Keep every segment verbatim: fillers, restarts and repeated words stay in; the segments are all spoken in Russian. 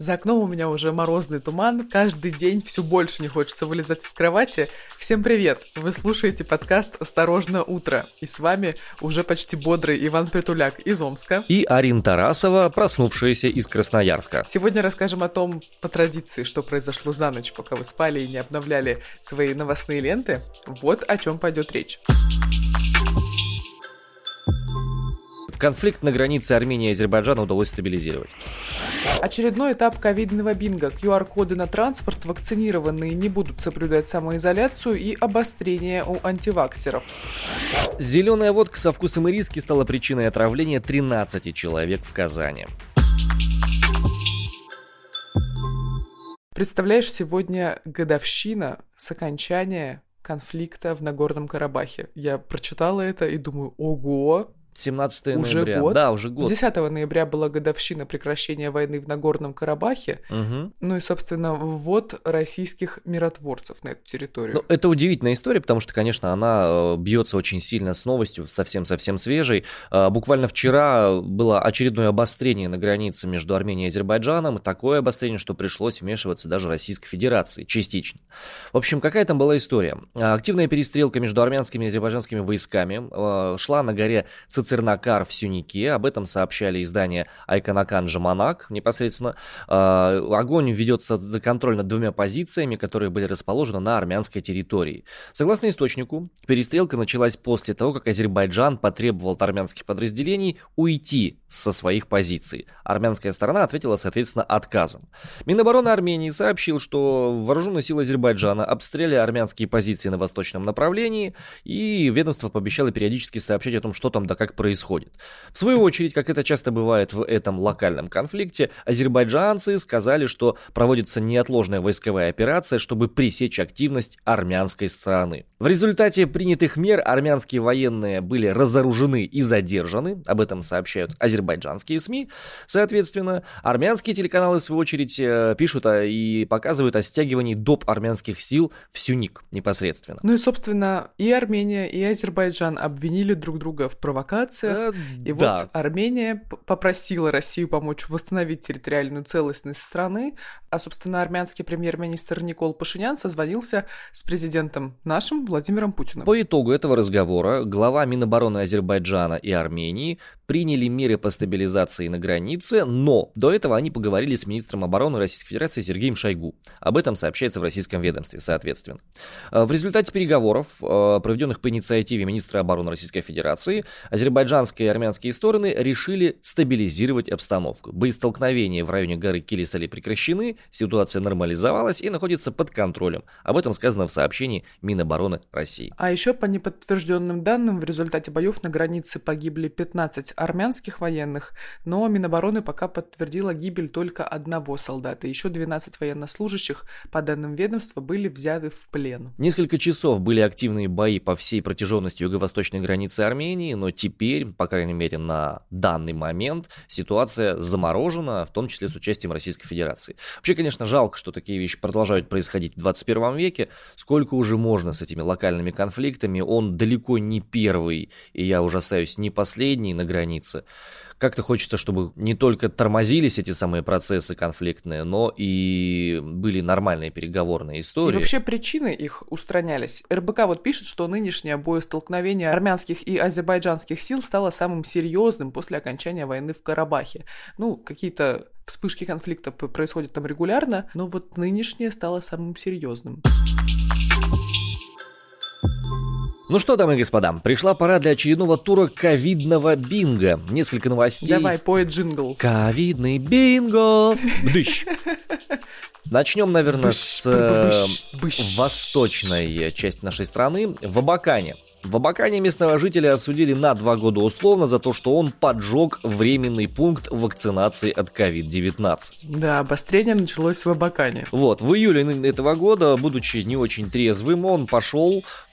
За окном у меня уже морозный туман, каждый день все больше не хочется вылезать из кровати. Всем привет! Вы слушаете подкаст «Осторожно, утро». И с вами уже почти бодрый Иван Притуляк из Омска. И Арина Тарасова, проснувшаяся из Красноярска. Сегодня расскажем о том, по традиции, что произошло за ночь, пока вы спали и не обновляли свои новостные ленты. Вот о чем пойдет речь. Конфликт на границе Армении и Азербайджана удалось стабилизировать. Очередной этап ковидного бинго. ку ар коды на транспорт, вакцинированные не будут соблюдать самоизоляцию и обострение у антиваксеров. Зеленая водка со вкусом ириски стала причиной отравления тринадцати человек в Казани. Представляешь, сегодня годовщина с окончания конфликта в Нагорном Карабахе. Я прочитала это и думаю, ого! семнадцатого уже ноября. Год? Да, уже год. десятого ноября была годовщина прекращения войны в Нагорном Карабахе. Угу. Ну и, собственно, ввод российских миротворцев на эту территорию. Ну, это удивительная история, потому что, конечно, она э, бьется очень сильно с новостью, совсем-совсем свежей. Э, буквально вчера было очередное обострение на границе между Арменией и Азербайджаном. И такое обострение, что пришлось вмешиваться даже Российской Федерации частично. В общем, какая там была история? Активная перестрелка между армянскими и азербайджанскими войсками э, шла на горе Цицернакар в Сюнике, об этом сообщали издания Айканакан Жаманак непосредственно. Огонь ведется за контроль над двумя позициями, которые были расположены на армянской территории. Согласно источнику, перестрелка началась после того, как Азербайджан потребовал от армянских подразделений уйти со своих позиций. Армянская сторона ответила, соответственно, отказом. Минобороны Армении сообщил, что вооруженные силы Азербайджана обстреляли армянские позиции на восточном направлении, и ведомство пообещало периодически сообщать о том, что там да как происходит. В свою очередь, как это часто бывает в этом локальном конфликте, азербайджанцы сказали, что проводится неотложная войсковая операция, чтобы пресечь активность армянской стороны. В результате принятых мер армянские военные были разоружены и задержаны, об этом сообщают азербайджанские СМИ. Соответственно, армянские телеканалы, в свою очередь, пишут и показывают о стягивании доп. Армянских сил в Сюник непосредственно. Ну и, собственно, и Армения, и Азербайджан обвинили друг друга в провокации. Э, и да. Вот Армения попросила Россию помочь восстановить территориальную целостность страны, а, собственно, армянский премьер-министр Никол Пашинян созвонился с президентом нашим Владимиром Путиным. По итогу этого разговора глава Минобороны Азербайджана и Армении приняли меры по стабилизации на границе, но до этого они поговорили с министром обороны Российской Федерации Сергеем Шойгу. Об этом сообщается в российском ведомстве, соответственно. В результате переговоров, проведенных по инициативе министра обороны Российской Федерации, азербайджанские и армянские стороны решили стабилизировать обстановку. Боестолкновения в районе горы Килисали прекращены, ситуация нормализовалась и находится под контролем. Об этом сказано в сообщении Минобороны России. А еще по неподтвержденным данным, в результате боев на границе погибли пятнадцать армянских военных, но Минобороны пока подтвердила гибель только одного солдата. Еще двенадцать военнослужащих, по данным ведомства, были взяты в плен. Несколько часов были активные бои по всей протяженности юго-восточной границы Армении, но теперь, по крайней мере, на данный момент ситуация заморожена, в том числе с участием Российской Федерации. Вообще, конечно, жалко, что такие вещи продолжают происходить в двадцать первом веке. Сколько уже можно с этими локальными конфликтами? Он далеко не первый, и я ужасаюсь, не последний на границе. Как-то хочется, чтобы не только тормозились эти самые процессы конфликтные, но и были нормальные переговорные истории. И вообще причины их устранялись. эр бэ ка вот пишет, что нынешнее боестолкновение армянских и азербайджанских сил стало самым серьезным после окончания войны в Карабахе. Ну, какие-то вспышки конфликта происходят там регулярно, но вот нынешнее стало самым серьезным. Ну что, дамы и господа, пришла пора для очередного тура ковидного бинго. Несколько новостей. Давай, пой джингл. Ковидный бинго. Бдыщ. Начнем, наверное, с э, восточной части нашей страны, в Абакане. В Абакане местного жителя осудили на два года условно за то, что он поджег временный пункт вакцинации от ковид девятнадцать. Да, обострение началось в Абакане. Вот, в июле этого года, будучи не очень трезвым, он пошел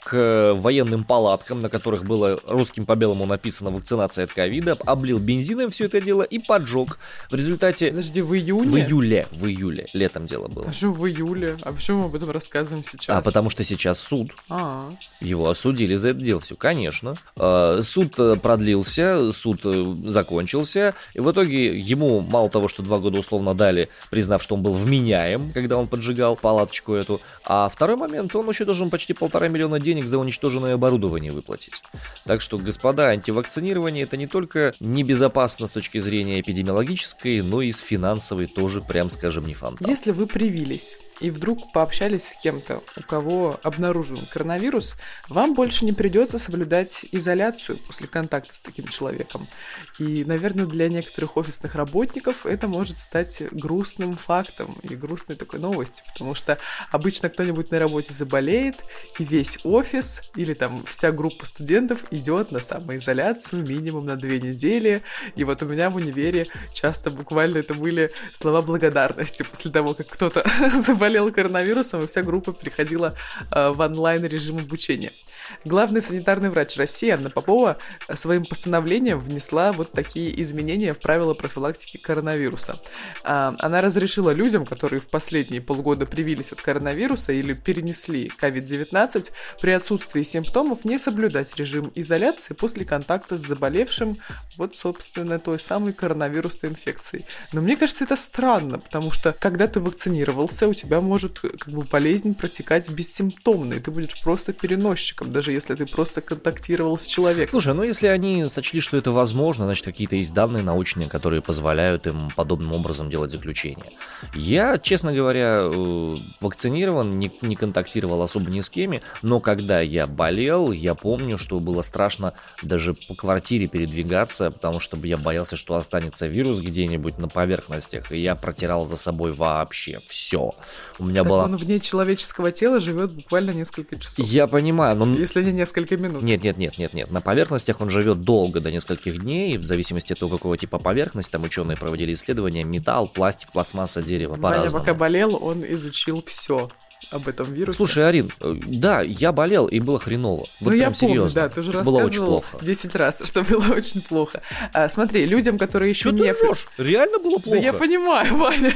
к военным палаткам, на которых было русским по белому написано «вакцинация от ковида», облил бензином все это дело и поджег. В результате... Подожди, в июне? В июле, в июле, летом дело было. А что в июле? А почему мы об этом рассказываем сейчас? А потому что сейчас суд. А-а. Его осудили за это дело, все, конечно. Суд продлился, суд закончился, и в итоге ему мало того, что два года условно дали, признав, что он был вменяем, когда он поджигал палаточку эту, а второй момент, он еще должен почти полтора миллиона денег за уничтоженное оборудование выплатить. Так что, господа, антивакцинирование это не только небезопасно с точки зрения эпидемиологической, но и с финансовой тоже, прям скажем, не фонтан. Если вы привились и вдруг пообщались с кем-то, у кого обнаружен коронавирус, вам больше не придется соблюдать изоляцию после контакта с таким человеком. И, наверное, для некоторых офисных работников это может стать грустным фактом и грустной такой новостью, потому что обычно кто-нибудь на работе заболеет, и весь офис или там вся группа студентов идет на самоизоляцию минимум на две недели. И вот у меня в универе часто буквально это были слова благодарности после того, как кто-то заболел болел коронавирусом, и вся группа переходила э, в онлайн-режим обучения. Главный санитарный врач России Анна Попова своим постановлением внесла вот такие изменения в правила профилактики коронавируса. А, она разрешила людям, которые в последние полгода привились от коронавируса или перенесли ковид девятнадцать, при отсутствии симптомов не соблюдать режим изоляции после контакта с заболевшим вот, собственно, той самой коронавирусной инфекцией. Но мне кажется, это странно, потому что когда ты вакцинировался, у тебя может как бы болезнь протекать бессимптомно, и ты будешь просто переносчиком, даже если ты просто контактировал с человеком. Слушай, ну если они сочли, что это возможно, значит, какие-то есть данные научные, которые позволяют им подобным образом делать заключение. Я, честно говоря, вакцинирован, не, не контактировал особо ни с кем, но когда я болел, я помню, что было страшно даже по квартире передвигаться, потому что я боялся, что останется вирус где-нибудь на поверхностях, и я протирал за собой вообще все. У меня так была... он вне человеческого тела живет буквально несколько часов. Я понимаю, но... Если не несколько минут. Нет, нет, нет, нет, нет. На поверхностях он живет долго, до нескольких дней, в зависимости от того, какого типа поверхность. Там ученые проводили исследования: металл, пластик, пластмасса, дерево, по-разному. Ваня пока болел, он изучил все об этом вирусе. Слушай, Арин, да, я болел, и было хреново. Вот ну, я прям помню, серьезно. да, ты уже было рассказывал десять раз, что было очень плохо. А, смотри, людям, которые еще Что не... Что ты ржешь? Реально было плохо? Да я понимаю, Ваня,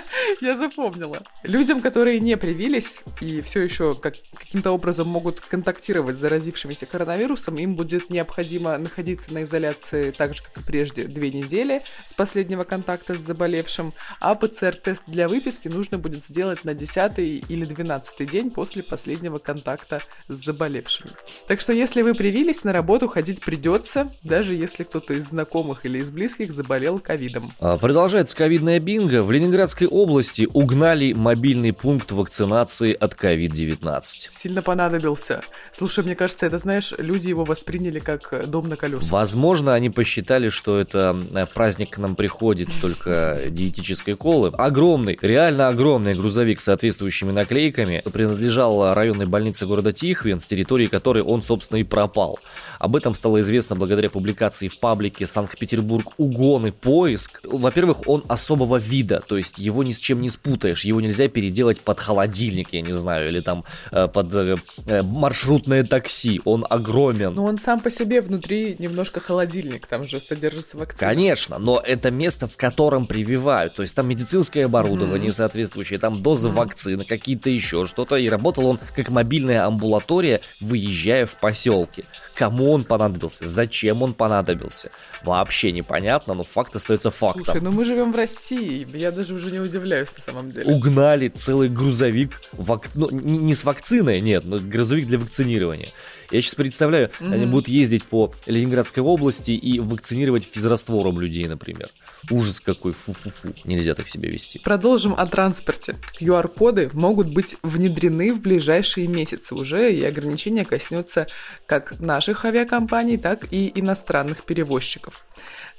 я запомнила. Людям, которые не привились и все еще как, каким-то образом могут контактировать с заразившимися коронавирусом, им будет необходимо находиться на изоляции так же, как и прежде, две недели с последнего контакта с заболевшим, а ПЦР-тест для выписки нужно будет сделать на десятый или двенадцатый день после последнего контакта с заболевшим. Так что, если вы привились, на работу ходить придется, даже если кто-то из знакомых или из близких заболел ковидом. Продолжается ковидная бинго. В Ленинградской области угнали мобильный пункт вакцинации от ковид девятнадцать. Сильно понадобился. Слушай, мне кажется, это, знаешь, люди его восприняли как дом на колесах. Возможно, они посчитали, что это праздник к нам приходит только диетической колы. Огромный, реально огромный грузовик с соответствующими наклейками принадлежал районной больнице города Тихвин, с территории которой он, собственно, и пропал. Об этом стало известно благодаря публикации в паблике «Санкт-Петербург. Угон и поиск». Во-первых, он особого вида, то есть его ни с чем не спутаешь, его нельзя переделать под холодильник, я не знаю, или там под э, маршрутное такси, он огромен. Но он сам по себе внутри немножко холодильник, там же содержится вакцина. Конечно, но это место, в котором прививают, то есть там медицинское оборудование mm-hmm. соответствующее, там дозы mm-hmm. вакцины, какие-то еще что-то, и работал он как мобильная амбулатория, выезжая в поселки. Кому он понадобился? Зачем он понадобился? Вообще непонятно, но факт остается фактом. Слушай, ну мы живем в России, я даже уже не удивляюсь на самом деле. Угнали целый грузовик, вак... ну, не, не с вакциной, нет, но грузовик для вакцинирования. Я сейчас представляю, mm-hmm. они будут ездить по Ленинградской области и вакцинировать физраствором людей, например. Ужас какой, фу-фу-фу, нельзя так себя вести. Продолжим о транспорте. ку ар-коды могут быть внедрены в ближайшие месяцы уже, и ограничения коснется как наших авиакомпаний, так и иностранных перевозчиков.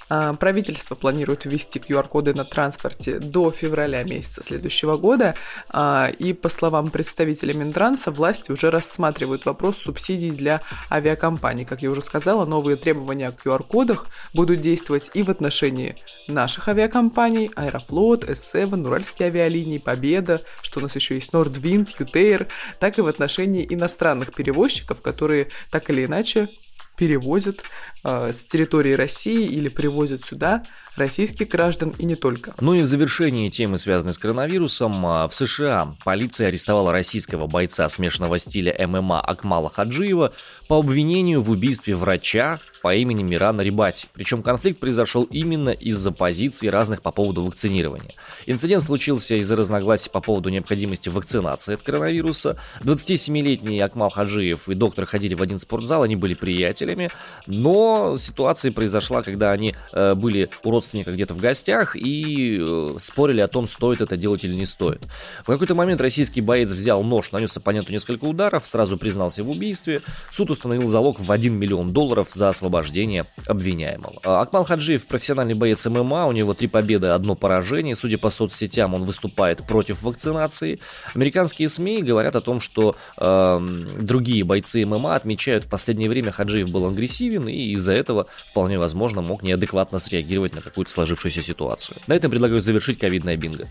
Правительство планирует ввести ку ар-коды на транспорте до февраля месяца следующего года. И, по словам представителя Минтранса, власти уже рассматривают вопрос субсидий для авиакомпаний. Как я уже сказала, новые требования о ку ар-кодах будут действовать и в отношении наших авиакомпаний: Аэрофлот, эс семь, Уральские авиалинии, Победа, что у нас еще есть Нордвинд, Ютейр, так и в отношении иностранных перевозчиков, которые так или иначе перевозят э, с территории России или привозят сюда российских граждан и не только. Ну и в завершении темы, связанной с коронавирусом, в США полиция арестовала российского бойца смешанного стиля эм эм а Акмала Хаджиева по обвинению в убийстве врача по имени Миран Рибати. Причем конфликт произошел именно из-за позиций разных по поводу вакцинирования. Инцидент случился из-за разногласий по поводу необходимости вакцинации от коронавируса. двадцатисемилетний Акмал Хаджиев и доктор ходили в один спортзал, они были приятелями, но ситуация произошла, когда они э, были у родственника где-то в гостях и э, спорили о том, стоит это делать или не стоит. В какой-то момент российский боец взял нож, нанес оппоненту несколько ударов, сразу признался в убийстве. Суд установил залог в один миллион долларов за освобождение обвиняемого. Акмал Хаджиев профессиональный боец эм эм а, у него три победы, одно поражение. Судя по соцсетям, он выступает против вакцинации. Американские СМИ говорят о том, что э, другие бойцы эм эм а отмечают, в последнее время Хаджиев был агрессивен и из-за этого вполне возможно мог неадекватно среагировать на какую-то сложившуюся ситуацию. На этом предлагаю завершить ковидное бинго.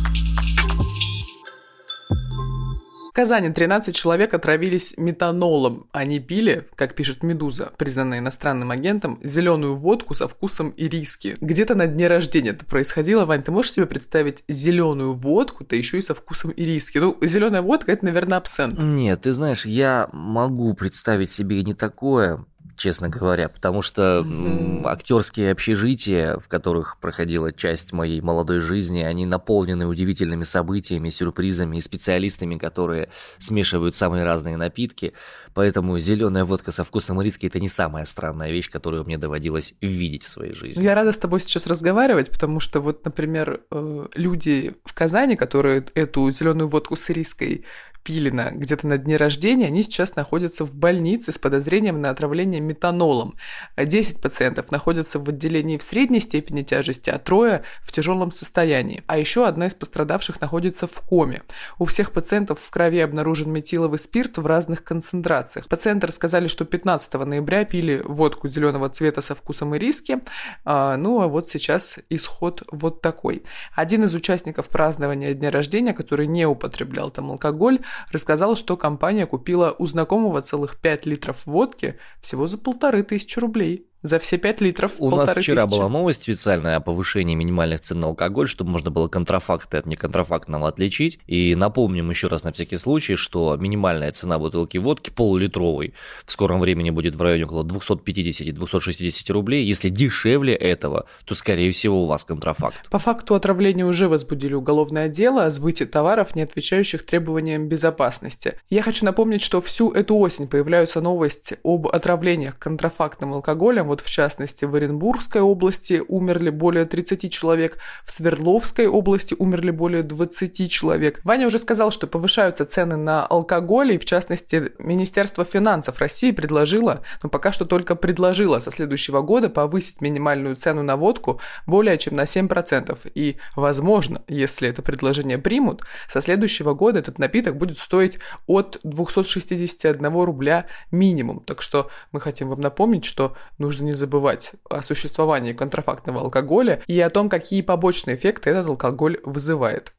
В Казани тринадцать человек отравились метанолом. Они пили, как пишет «Медуза», признанная иностранным агентом, зеленую водку со вкусом ириски. Где-то на дне рождения это происходило. Вань, ты можешь себе представить зеленую водку, да еще и со вкусом ириски? Ну, зеленая водка — это, наверное, абсент. Нет, ты знаешь, я могу представить себе и не такое, честно говоря, потому что mm-hmm. актерские общежития, в которых проходила часть моей молодой жизни, они наполнены удивительными событиями, сюрпризами и специалистами, которые смешивают самые разные напитки. Поэтому зеленая водка со вкусом ириски — это не самая странная вещь, которую мне доводилось видеть в своей жизни. Я рада с тобой сейчас разговаривать, потому что вот, например, люди в Казани, которые эту зеленую водку с ириской пили на, где-то на дне рождения, они сейчас находятся в больнице с подозрением на отравление метанолом. десять пациентов находятся в отделении в средней степени тяжести, а трое в тяжелом состоянии. А еще одна из пострадавших находится в коме. У всех пациентов в крови обнаружен метиловый спирт в разных концентрациях. Пациенты рассказали, что пятнадцатого ноября пили водку зеленого цвета со вкусом ириски. А, ну а вот сейчас исход вот такой. Один из участников празднования дня рождения, который не употреблял там алкоголь, рассказал, что компания купила у знакомого целых пять литров водки всего за полторы тысячи рублей. За все пять литров У полторы нас вчера тысячи. Была новость специальная о повышении минимальных цен на алкоголь, чтобы можно было контрафакты от неконтрафактного отличить. И напомним еще раз на всякий случай, что минимальная цена бутылки водки полулитровой в скором времени будет в районе около двести пятьдесят - двести шестьдесят рублей. Если дешевле этого, то, скорее всего, у вас контрафакт. По факту отравления уже возбудили уголовное дело о сбытии товаров, не отвечающих требованиям безопасности. Я хочу напомнить, что всю эту осень появляются новости об отравлениях контрафактным алкоголем. Вот в частности, в Оренбургской области умерли более тридцати человек, в Свердловской области умерли более двадцати человек. Ваня уже сказал, что повышаются цены на алкоголь, и в частности, Министерство финансов России предложило, но пока что только предложило со следующего года повысить минимальную цену на водку более чем на семь процентов. И, возможно, если это предложение примут, со следующего года этот напиток будет стоить от двухсот шестидесяти одного рубля минимум. Так что мы хотим вам напомнить, что нужно не забывать о существовании контрафактного алкоголя и о том, какие побочные эффекты этот алкоголь вызывает.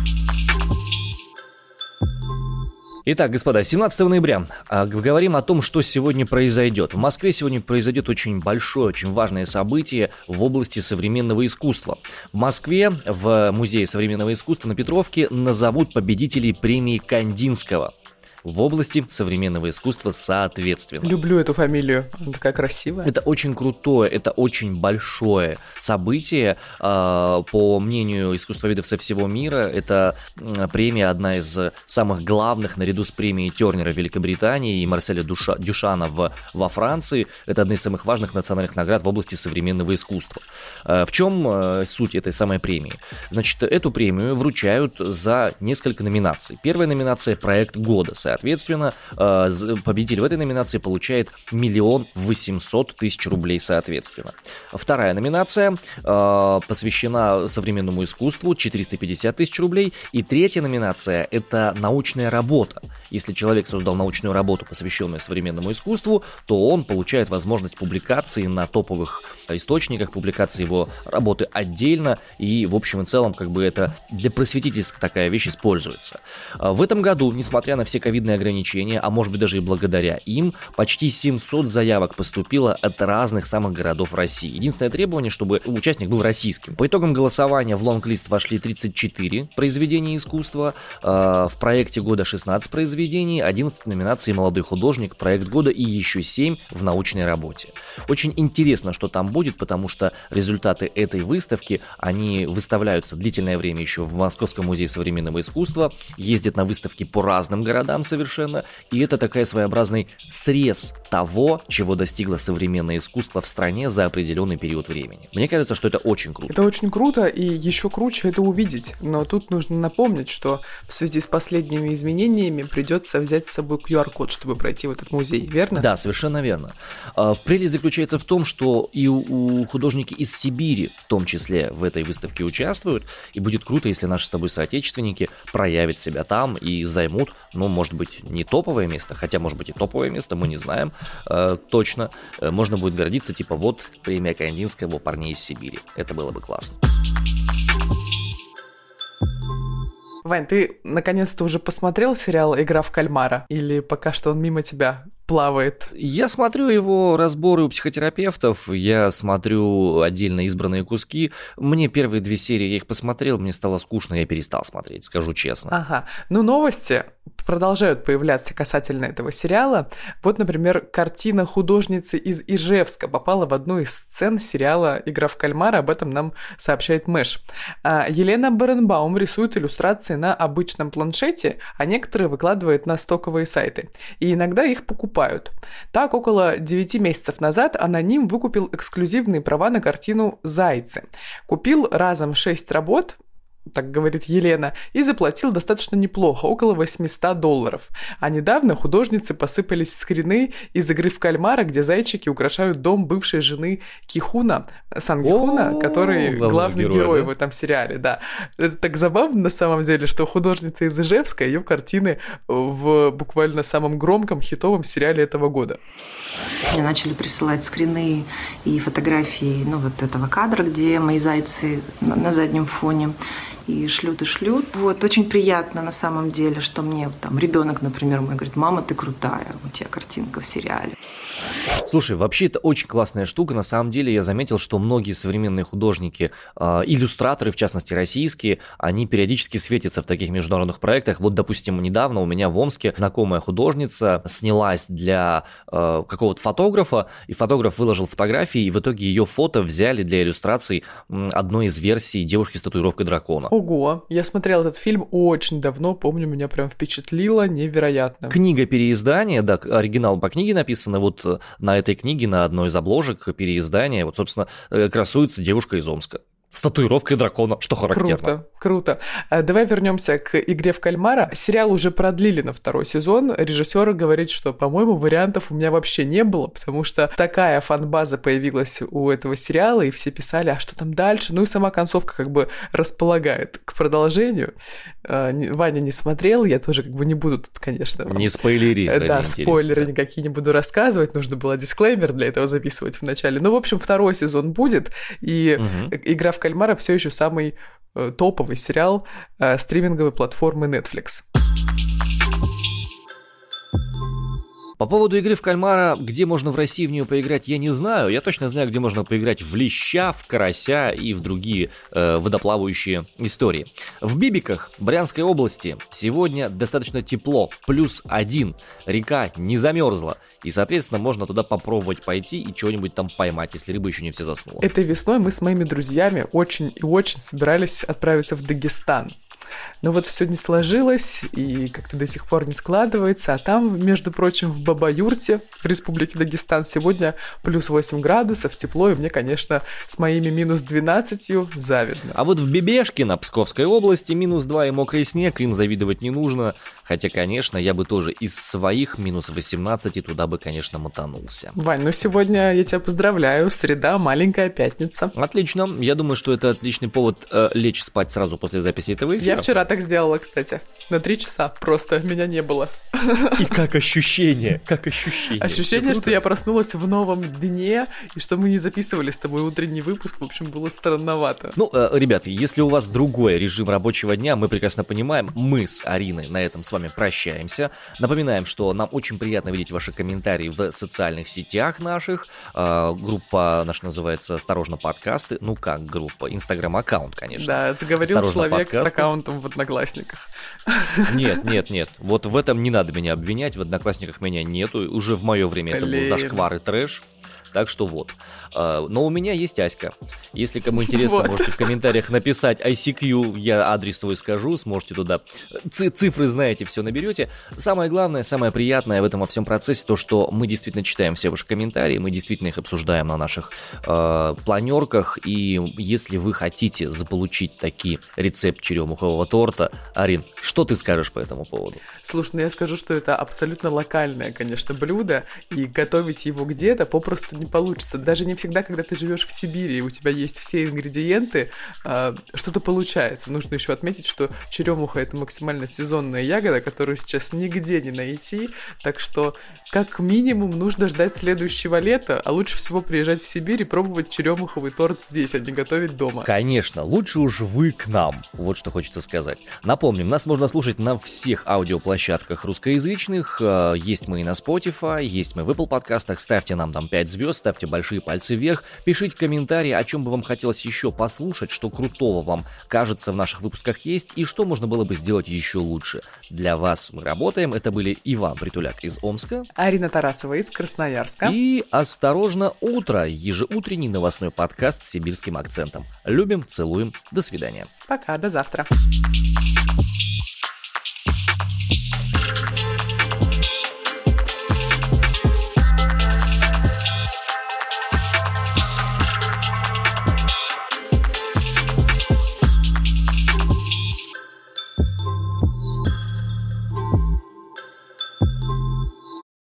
Итак, господа, семнадцатого ноября говорим о том, что сегодня произойдет. В Москве сегодня произойдет очень большое, очень важное событие в области современного искусства. В Москве в Музее современного искусства на Петровке назовут победителей премии Кандинского в области современного искусства соответственно. Люблю эту фамилию, она такая красивая. Это очень крутое, это очень большое событие. По мнению искусствоведов со всего мира, это премия одна из самых главных, наряду с премией Тернера в Великобритании и Марселя Душа, Дюшана в, во Франции. Это одна из самых важных национальных наград в области современного искусства. В чем суть этой самой премии? Значит, эту премию вручают за несколько номинаций. Первая номинация — проект года. соответственно. Победитель в этой номинации получает миллион восемьсот тысяч рублей, соответственно. Вторая номинация посвящена современному искусству, четыреста пятьдесят тысяч рублей. И третья номинация – это научная работа. Если человек создал научную работу, посвященную современному искусству, то он получает возможность публикации на топовых источниках, публикации его работы отдельно, и в общем и целом как бы это для просветительства такая вещь используется. В этом году, несмотря на все ковидные ограничения, а может быть даже и благодаря им, почти семьсот заявок поступило от разных самых городов России. Единственное требование, чтобы участник был российским. По итогам голосования в лонг-лист вошли тридцать четыре произведения искусства, в проекте года шестнадцать произведений, одиннадцать номинаций «Молодой художник», проект года и еще семь в научной работе. Очень интересно, что там будет, потому что результаты этой выставки, они выставляются длительное время еще в Московском музее современного искусства, ездят на выставки по разным городам совершенно, и это такая своеобразный срез того, чего достигло современное искусство в стране за определенный период времени. Мне кажется, что это очень круто. Это очень круто, и еще круче это увидеть, но тут нужно напомнить, что в связи с последними изменениями придется взять с собой ку ар код, чтобы пройти в этот музей, верно? Да, совершенно верно. В прелесть заключается в том, что и у художники из Сибири в том числе в этой выставке участвуют, и будет круто, если наши с тобой соотечественники проявят себя там и займут, ну, может быть, не топовое место, хотя, может быть, и топовое место, мы не знаем э, точно. Можно будет гордиться, типа, вот премия Кандинского у парней из Сибири. Это было бы классно. Вань, ты наконец-то уже посмотрел сериал «Игра в кальмара»? Или пока что он мимо тебя плавает? Я смотрю его разборы у психотерапевтов, я смотрю отдельно избранные куски. Мне первые две серии, я их посмотрел, мне стало скучно, я перестал смотреть, скажу честно. Ага, ну новости продолжают появляться касательно этого сериала. Вот, например, картина художницы из Ижевска попала в одну из сцен сериала «Игра в кальмара», об этом нам сообщает Мэш. Елена Баренбаум рисует иллюстрации на обычном планшете, а некоторые выкладывает на стоковые сайты. И иногда их покупают. Так, около девяти месяцев назад аноним выкупил эксклюзивные права на картину «Зайцы». Купил разом шесть работ, так говорит Елена, и заплатил достаточно неплохо, около восемьсот долларов. А недавно художнице посыпались скрины из «Игры в кальмара», где зайчики украшают дом бывшей жены Кихуна, Сангихуна, О-о-о, который главный герой, герой да? в этом сериале. Да. Это так забавно на самом деле, что художница из Ижевска, ее картины в буквально самом громком хитовом сериале этого года. Мне начали присылать скрины и фотографии, ну, вот этого кадра, где мои зайцы на, на заднем фоне. И шлют, и шлют. Вот, очень приятно на самом деле, что мне там ребенок, например, мой говорит: мама, ты крутая, у тебя картинка в сериале. Слушай, вообще это очень классная штука. На самом деле я заметил, что многие современные художники, э, иллюстраторы, в частности российские, они периодически светятся в таких международных проектах. Вот, допустим, недавно у меня в Омске знакомая художница снялась для э, какого-то фотографа, и фотограф выложил фотографии, и в итоге ее фото взяли для иллюстраций одной из версий «Девушки с татуировкой дракона». Ого, я смотрел этот фильм очень давно, помню, меня прям впечатлило невероятно. Книга переиздания, да, оригинал по книге написано, вот на этой книге, на одной из обложек переиздания, вот, собственно, красуется девушка из Омска. С татуировкой дракона, что характерно. Круто, круто. Давай вернемся к «Игре в кальмара». Сериал уже продлили на второй сезон. Режиссер говорит, что, по-моему, вариантов у меня вообще не было, потому что такая фан-база появилась у этого сериала, и все писали, а что там дальше? Ну и сама концовка как бы располагает к продолжению. Ваня не смотрел, я тоже как бы не буду тут, конечно... Не спойлери. Да, спойлеры никакие не буду рассказывать, нужно было дисклеймер для этого записывать в начале. Ну, в общем, второй сезон будет, и угу. «Игра в кальмара» все еще самый э, топовый сериал э, стриминговой платформы Netflix. По поводу «Игры в кальмара», где можно в России в нее поиграть, я не знаю. Я точно знаю, где можно поиграть в леща, в карася и в другие э, водоплавающие истории. В Бибиках, Брянской области, сегодня достаточно тепло, плюс один. Река не замерзла. И, соответственно, можно туда попробовать пойти и чего-нибудь там поймать, если рыба еще не все заснула. Этой весной мы с моими друзьями очень и очень собирались отправиться в Дагестан. Но вот все не сложилось, и как-то до сих пор не складывается. А там, между прочим, в Баба-Юрте, в Республике Дагестан, сегодня плюс восемь градусов, тепло, и мне, конечно, с моими минус двенадцатью завидно. А вот в Бебешкино, Псковской области, минус два и мокрый снег, им завидовать не нужно. Хотя, конечно, я бы тоже из своих минус восемнадцати туда бы, конечно, мотанулся. Вань, ну сегодня я тебя поздравляю, среда, маленькая пятница. Отлично, я думаю, что это отличный повод э, лечь спать сразу после записи этого эфира. Я вчера так сделала, кстати, на три часа, просто меня не было. И как ощущение, как ощущение. Ощущение, что я проснулась в новом дне, и что мы не записывали с тобой утренний выпуск, в общем, было странновато. Ну, э, ребята, если у вас другой режим рабочего дня, мы прекрасно понимаем, мы с Ариной на этом с вами прощаемся. Напоминаем, что нам очень приятно видеть ваши комментарии в социальных сетях наших. Э, группа наша называется «Осторожно, подкасты». Ну как группа? Инстаграм-аккаунт, конечно. Да, заговорил «Осторожно, человек подкасты». С аккаунтом в Одноклассниках. Нет, нет, нет. Вот в этом не надо меня обвинять. В Одноклассниках меня нету. Уже в мое время это был зашквар и трэш. Так что вот. Но у меня есть Аська. Если кому интересно, вот. Можете в комментариях написать ай си кью, я адрес свой скажу, сможете туда ц- цифры знаете, все наберете. Самое главное, самое приятное в этом во всем процессе, то, что мы действительно читаем все ваши комментарии, мы действительно их обсуждаем на наших э, планерках, и если вы хотите заполучить таки рецепт черемухового торта, Арин, что ты скажешь по этому поводу? Слушай, ну я скажу, что это абсолютно локальное, конечно, блюдо, и готовить его где-то попросту не получится. Даже не всегда, когда ты живешь в Сибири, и у тебя есть все ингредиенты, э, что-то получается. Нужно еще отметить, что черемуха — это максимально сезонная ягода, которую сейчас нигде не найти, так что как минимум нужно ждать следующего лета, а лучше всего приезжать в Сибирь и пробовать черемуховый торт здесь, а не готовить дома. Конечно, лучше уж вы к нам, вот что хочется сказать. Напомним, нас можно слушать на всех аудиоплощадках русскоязычных, есть мы и на Spotify, есть мы в Apple подкастах, ставьте нам там пять звезд, ставьте большие пальцы вверх, пишите комментарии, о чем бы вам хотелось еще послушать, что крутого вам кажется в наших выпусках есть и что можно было бы сделать еще лучше. Для вас мы работаем, это были Иван Притуляк из Омска, Арина Тарасова из Красноярска и «Осторожно, утро», ежеутренний новостной подкаст с сибирским акцентом. Любим, целуем, до свидания. Пока, до завтра.